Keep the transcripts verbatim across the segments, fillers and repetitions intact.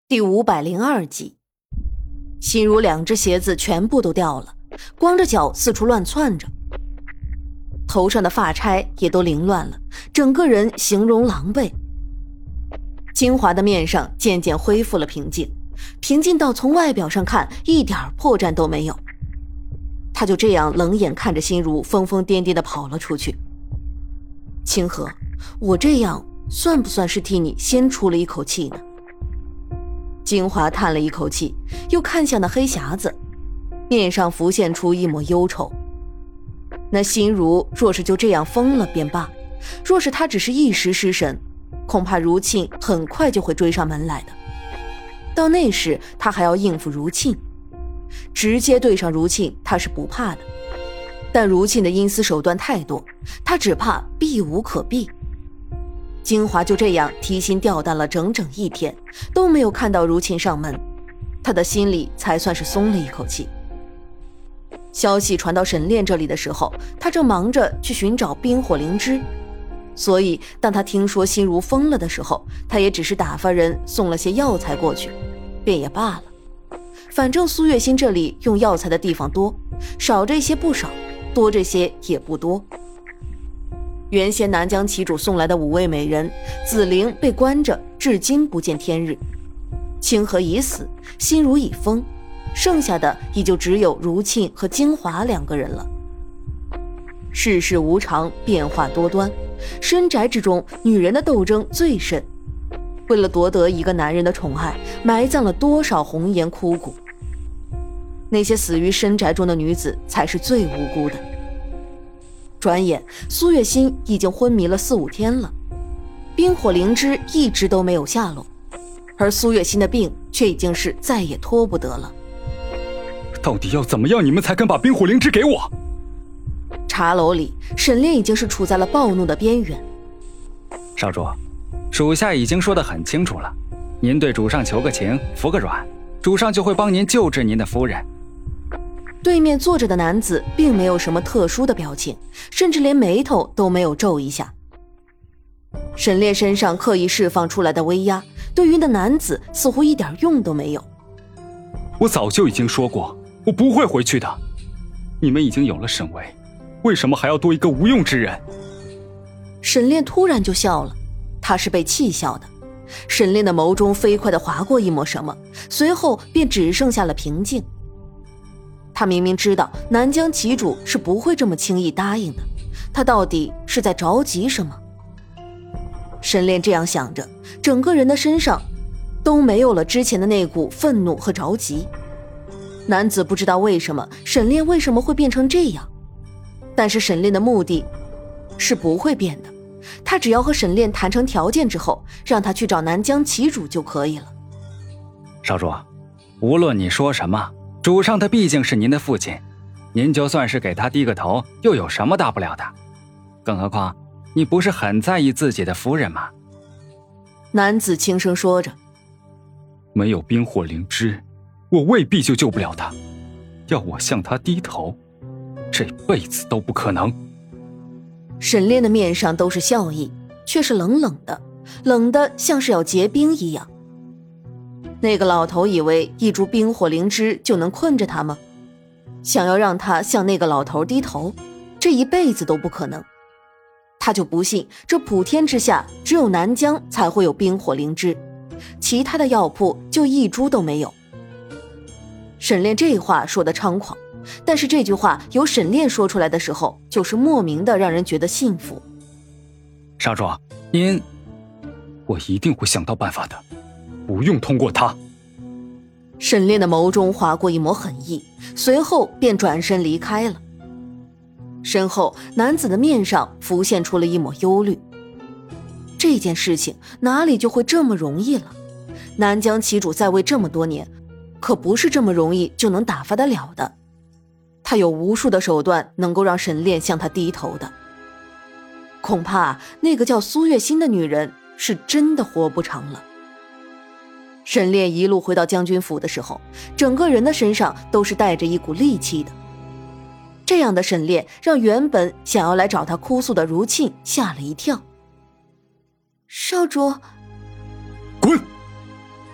第五百零二集，心如两只鞋子全部都掉了，光着脚四处乱窜着，头上的发钗也都凌乱了，整个人形容狼狈。金华的面上渐渐恢复了平静，平静到从外表上看一点破绽都没有。他就这样冷眼看着心如疯疯癫癫地跑了出去。清河，我这样算不算是替你先出了一口气呢？金华叹了一口气，又看向那黑匣子，面上浮现出一抹忧愁。那心如若是就这样疯了便罢，若是他只是一时失神，恐怕如沁很快就会追上门来的。到那时他还要应付如沁，直接对上如沁他是不怕的，但如沁的阴私手段太多，他只怕避无可避。金华就这样提心吊胆了整整一天，都没有看到如沁上门，他的心里才算是松了一口气。消息传到沈炼这里的时候，他正忙着去寻找冰火灵芝，所以当他听说心如疯了的时候，他也只是打发人送了些药材过去，便也罢了。反正苏月心这里用药材的地方多，少这些不少，多这些也不多。原先南疆旗主送来的五位美人，紫菱被关着，至今不见天日。清河已死，心如已疯，剩下的也就只有如沁和金华两个人了。世事无常，变化多端，深宅之中，女人的斗争最甚。为了夺得一个男人的宠爱，埋葬了多少红颜枯骨。那些死于深宅中的女子才是最无辜的。转眼苏月心已经昏迷了四五天了，冰火灵芝一直都没有下落，而苏月心的病却已经是再也拖不得了。 到底要怎么样你们才肯把冰火灵芝给我？ 茶楼里沈炼已经是处在了暴怒的边缘。 少主，属下已经说得很清楚了，您对主上求个情服个软，主上就会帮您救治您的夫人。 对面坐着的男子并没有什么特殊的表情，甚至连眉头都没有皱一下。沈炼身上刻意释放出来的威压，对于那男子似乎一点用都没有。 我早就已经说过，我不会回去的。你们已经有了沈巍，为什么还要多一个无用之人？ 沈炼突然就笑了，他是被气笑的。沈炼的眸中飞快地划过一抹什么，随后便只剩下了平静。他明明知道南疆旗主是不会这么轻易答应的，他到底是在着急什么？沈炼这样想着，整个人的身上都没有了之前的那股愤怒和着急。男子不知道为什么沈炼为什么会变成这样，但是沈炼的目的是不会变的，他只要和沈炼谈成条件之后，让他去找南疆旗主就可以了。 少主，无论你说什么，主上他毕竟是您的父亲，您就算是给他低个头，又有什么大不了的？更何况你不是很在意自己的夫人吗？ 男子轻声说着。 没有冰火灵芝，我未必就救不了他，要我向他低头，这辈子都不可能。 沈炼的面上都是笑意，却是冷冷的，冷的像是要结冰一样。那个老头以为一株冰火灵芝就能困着他吗？想要让他向那个老头低头，这一辈子都不可能。他就不信这普天之下只有南疆才会有冰火灵芝，其他的药铺就一株都没有。沈炼这话说得猖狂，但是这句话由沈炼说出来的时候，就是莫名的让人觉得幸福。 少主，您……我一定会想到办法的，不用通过他。 沈炼的眸中划过一抹狠意，随后便转身离开了。身后男子的面上浮现出了一抹忧虑，这件事情哪里就会这么容易了？南疆旗主在位这么多年，可不是这么容易就能打发得了的。他有无数的手段能够让沈炼向他低头的。恐怕那个叫苏月心的女人是真的活不长了。沈炼一路回到将军府的时候，整个人的身上都是带着一股戾气的。这样的沈炼让原本想要来找他哭诉的如沁吓了一跳。少主， 滚！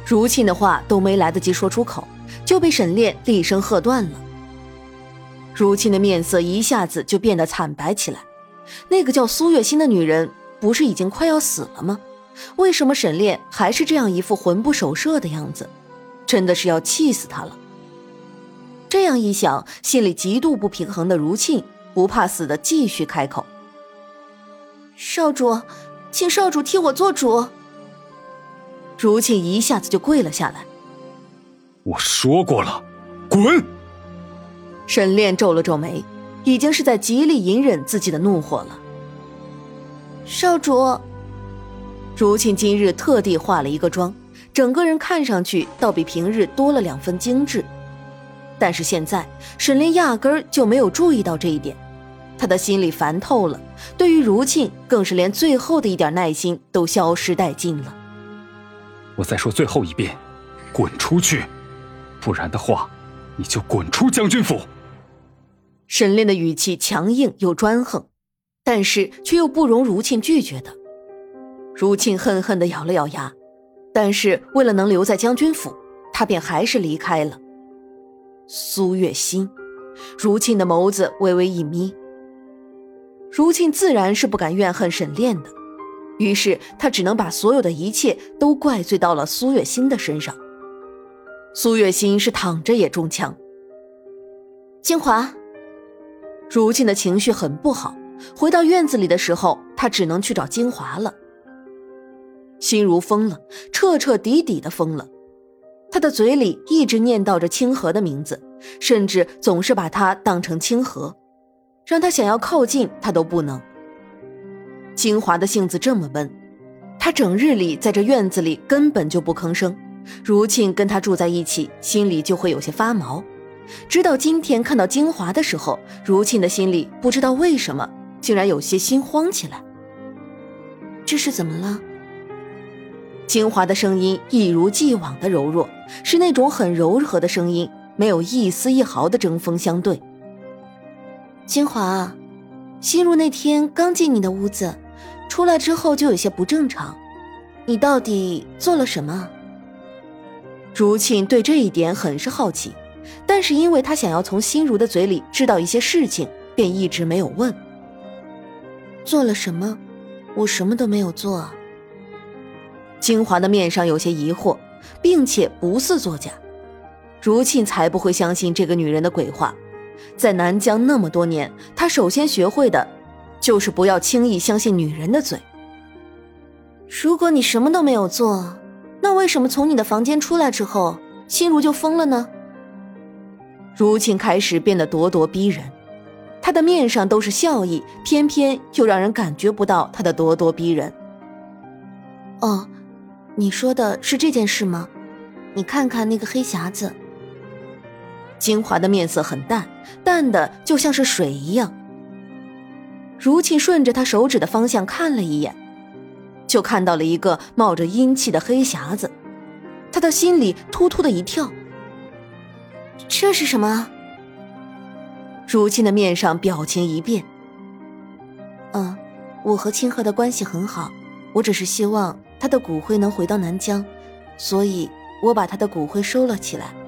如沁的话都没来得及说出口，就被沈炼厉声喝断了。如沁的面色一下子就变得惨白起来，那个叫苏月心的女人不是已经快要死了吗？为什么沈炼还是这样一副魂不守舍的样子？真的是要气死他了。这样一想，心里极度不平衡的如沁不怕死的继续开口：少主，请少主替我做主。如沁一下子就跪了下来。 我说过了，滚！ 沈炼皱了皱眉，已经是在极力隐忍自己的怒火了。少主，如沁今日特地化了一个妆，整个人看上去倒比平日多了两分精致。但是现在沈炼压根儿就没有注意到这一点，他的心里烦透了，对于如沁更是连最后的一点耐心都消失殆尽了。 我再说最后一遍，滚出去，不然的话你就滚出将军府。 沈炼的语气强硬又专横，但是却又不容如沁拒绝的。如沁恨恨地咬了咬牙，但是为了能留在将军府，他便还是离开了。苏月心，如沁的眸子微微一眯。如沁自然是不敢怨恨沈炼的，于是他只能把所有的一切都怪罪到了苏月心的身上。苏月心是躺着也中枪。精华，如沁的情绪很不好，回到院子里的时候，他只能去找精华了。心如疯了，彻彻底底的疯了。他的嘴里一直念叨着清河的名字，甚至总是把他当成清河，让他想要靠近他都不能。精华的性子这么闷，他整日里在这院子里根本就不吭声，如沁跟他住在一起，心里就会有些发毛。直到今天看到精华的时候，如沁的心里不知道为什么竟然有些心慌起来。这是怎么了？精华的声音一如既往的柔弱，是那种很柔和的声音，没有一丝一毫的针锋相对。精华，心如那天刚进你的屋子，出来之后就有些不正常，你到底做了什么？如沁对这一点很是好奇，但是因为他想要从心如的嘴里知道一些事情，便一直没有问。做了什么？我什么都没有做啊。精华的面上有些疑惑，并且不似作假。如沁才不会相信这个女人的鬼话。在南疆那么多年，她首先学会的就是不要轻易相信女人的嘴。如果你什么都没有做，那为什么从你的房间出来之后，心如就疯了呢？如沁开始变得咄咄逼人，她的面上都是笑意，偏偏又让人感觉不到她的咄咄逼人。哦，你说的是这件事吗？你看看那个黑匣子。精华的面色很淡，淡的就像是水一样。如沁顺着他手指的方向看了一眼，就看到了一个冒着阴气的黑匣子，他的心里突突的一跳。这是什么？如沁的面上表情一变。嗯，我和清河的关系很好，我只是希望他的骨灰能回到南疆，所以我把他的骨灰收了起来。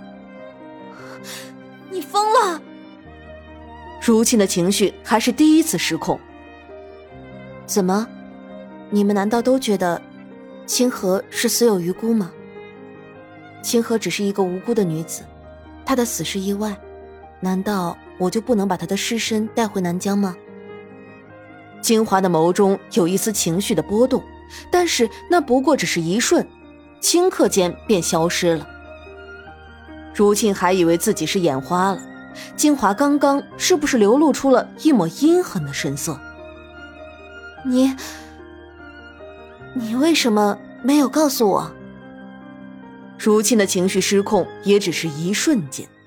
你疯了！如沁的情绪还是第一次失控。怎么？你们难道都觉得清河是死有余辜吗？清河只是一个无辜的女子，她的死是意外，难道我就不能把她的尸身带回南疆吗？精华的眸中有一丝情绪的波动，但是那不过只是一瞬，顷刻间便消失了。如沁还以为自己是眼花了，精华刚刚是不是流露出了一抹阴狠的神色？你你为什么没有告诉我？如沁的情绪失控也只是一瞬间。